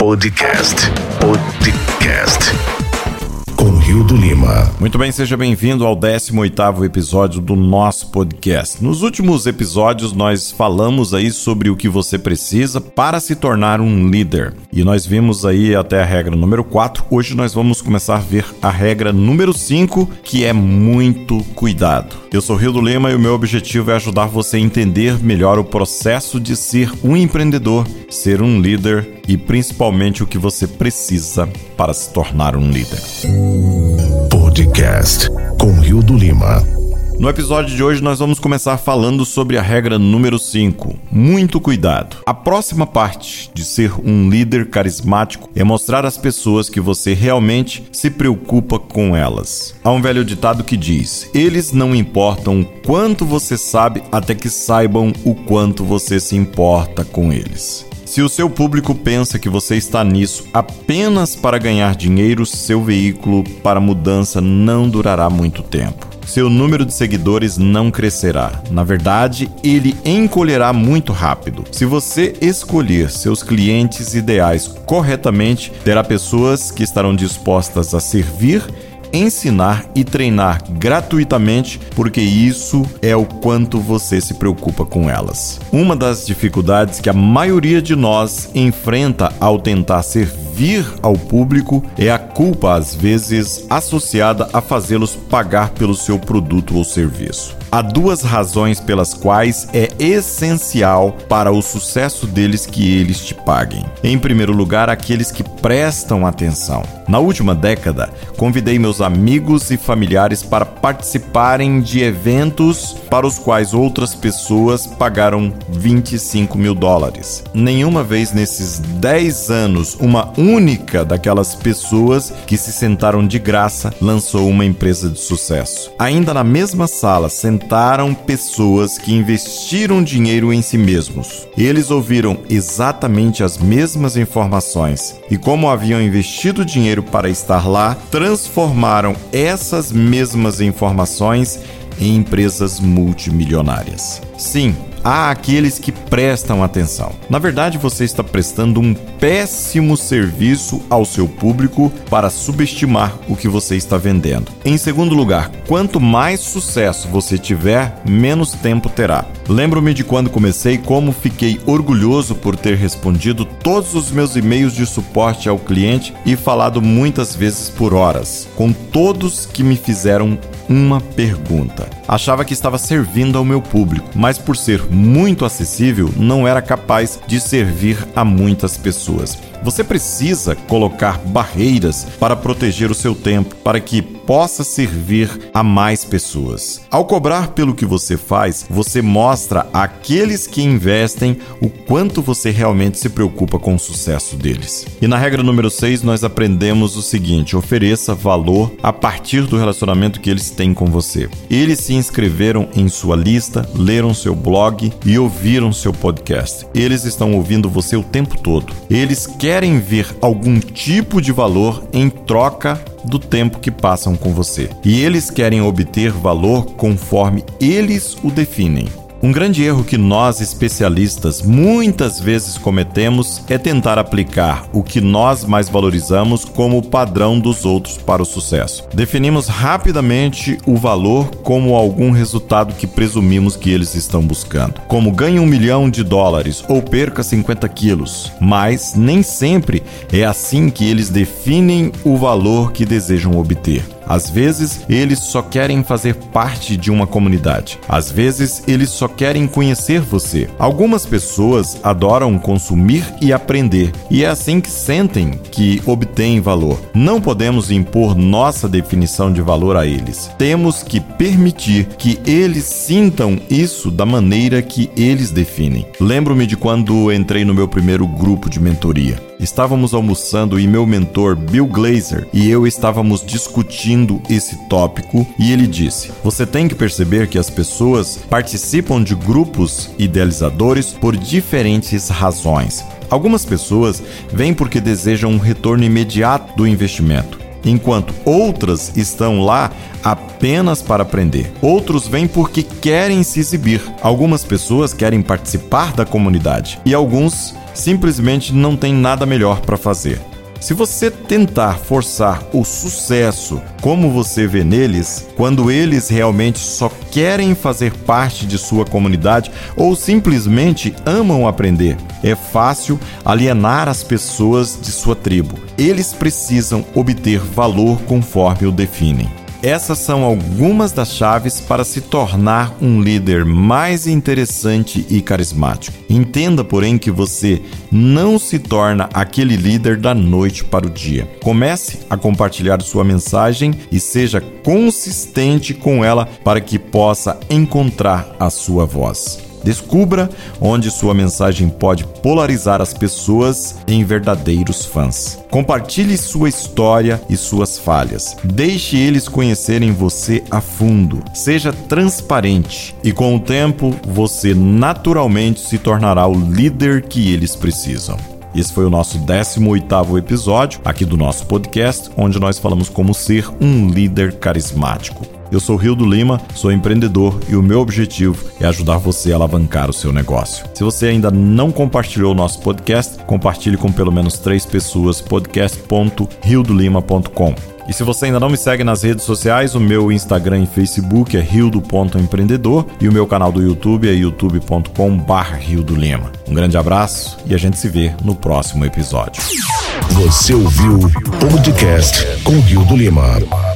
Podcast. Com Hildo Lima. Muito bem, seja bem-vindo ao 18º episódio do nosso podcast. Nos últimos episódios nós falamos aí sobre o que você precisa para se tornar um líder. E nós vimos aí até a regra número 4. Hoje nós vamos começar a ver a regra número 5, que é muito cuidado. Eu sou Hildo Lima e o meu objetivo é ajudar você a entender melhor o processo de ser um empreendedor, ser um líder e principalmente o que você precisa para se tornar um líder. Podcast com Hildo Lima. No episódio de hoje nós vamos começar falando sobre a regra número 5, muito cuidado. A próxima parte de ser um líder carismático é mostrar às pessoas que você realmente se preocupa com elas. Há um velho ditado que diz: eles não importam o quanto você sabe até que saibam o quanto você se importa com eles. Se o seu público pensa que você está nisso apenas para ganhar dinheiro, seu veículo para mudança não durará muito tempo. Seu número de seguidores não crescerá. Na verdade, ele encolherá muito rápido. Se você escolher seus clientes ideais corretamente, terá pessoas que estarão dispostas a servir, ensinar e treinar gratuitamente, porque isso é o quanto você se preocupa com elas. Uma das dificuldades que a maioria de nós enfrenta ao tentar servir ao público é a culpa, às vezes, associada a fazê-los pagar pelo seu produto ou serviço. Há duas razões pelas quais é essencial para o sucesso deles que eles te paguem. Em primeiro lugar, aqueles que prestam atenção. Na última década, convidei meus amigos e familiares para participarem de eventos para os quais outras pessoas pagaram $25 mil. Nenhuma vez nesses 10 anos, uma única daquelas pessoas que se sentaram de graça lançou uma empresa de sucesso. Ainda na mesma sala, sentaram pessoas que investiram dinheiro em si mesmos. Eles ouviram exatamente as mesmas informações e, como haviam investido dinheiro para estar lá, transformaram essas mesmas informações em empresas multimilionárias. Sim, há aqueles que prestam atenção. Na verdade, você está prestando um péssimo serviço ao seu público para subestimar o que você está vendendo. Em segundo lugar, quanto mais sucesso você tiver, menos tempo terá. Lembro-me de quando comecei, como fiquei orgulhoso por ter respondido todos os meus e-mails de suporte ao cliente e falado muitas vezes por horas, com todos que me fizeram uma pergunta. Achava que estava servindo ao meu público, mas por ser muito acessível, não era capaz de servir a muitas pessoas. Você precisa colocar barreiras para proteger o seu tempo, para que possa servir a mais pessoas. Ao cobrar pelo que você faz, você mostra àqueles que investem o quanto você realmente se preocupa com o sucesso deles. E na regra número 6, nós aprendemos o seguinte: ofereça valor a partir do relacionamento que eles têm com você. Eles se inscreveram em sua lista, leram seu blog e ouviram seu podcast. Eles estão ouvindo você o tempo todo. Eles querem ver algum tipo de valor em troca do tempo que passam com você. E eles querem obter valor conforme eles o definem. Um grande erro que nós, especialistas, muitas vezes cometemos é tentar aplicar o que nós mais valorizamos como padrão dos outros para o sucesso. Definimos rapidamente o valor como algum resultado que presumimos que eles estão buscando, como ganhe $1 milhão ou perca 50 quilos. Mas nem sempre é assim que eles definem o valor que desejam obter. Às vezes, eles só querem fazer parte de uma comunidade. Às vezes, eles só querem conhecer você. Algumas pessoas adoram consumir e aprender, e é assim que sentem que obtêm valor. Não podemos impor nossa definição de valor a eles. Temos que permitir que eles sintam isso da maneira que eles definem. Lembro-me de quando entrei no meu primeiro grupo de mentoria. Estávamos almoçando e meu mentor, Bill Glazer, e eu estávamos discutindo esse tópico e ele disse: você tem que perceber que as pessoas participam de grupos idealizadores por diferentes razões. Algumas pessoas vêm porque desejam um retorno imediato do investimento. enquanto outras estão lá apenas para aprender. Outros vêm porque querem se exibir. Algumas pessoas querem participar da comunidade e alguns simplesmente não têm nada melhor para fazer. Se você tentar forçar o sucesso como você vê neles, quando eles realmente só querem fazer parte de sua comunidade ou simplesmente amam aprender, é fácil alienar as pessoas de sua tribo. Eles precisam obter valor conforme o definem. Essas são algumas das chaves para se tornar um líder mais interessante e carismático. Entenda, porém, que você não se torna aquele líder da noite para o dia. Comece a compartilhar sua mensagem e seja consistente com ela para que possa encontrar a sua voz. Descubra onde sua mensagem pode polarizar as pessoas em verdadeiros fãs. Compartilhe sua história e suas falhas. Deixe eles conhecerem você a fundo. Seja transparente e, com o tempo, você naturalmente se tornará o líder que eles precisam. Esse foi o nosso 18º episódio aqui do nosso podcast, onde nós falamos como ser um líder carismático. Eu sou Hildo Lima, sou empreendedor e o meu objetivo é ajudar você a alavancar o seu negócio. Se você ainda não compartilhou o nosso podcast, compartilhe com pelo menos 3 pessoas, podcast.hildolima.com. E se você ainda não me segue nas redes sociais, o meu Instagram e Facebook é hildo.empreendedor e o meu canal do YouTube é youtube.com/hildolima. Um grande abraço e a gente se vê no próximo episódio. Você ouviu o podcast com Hildo Lima.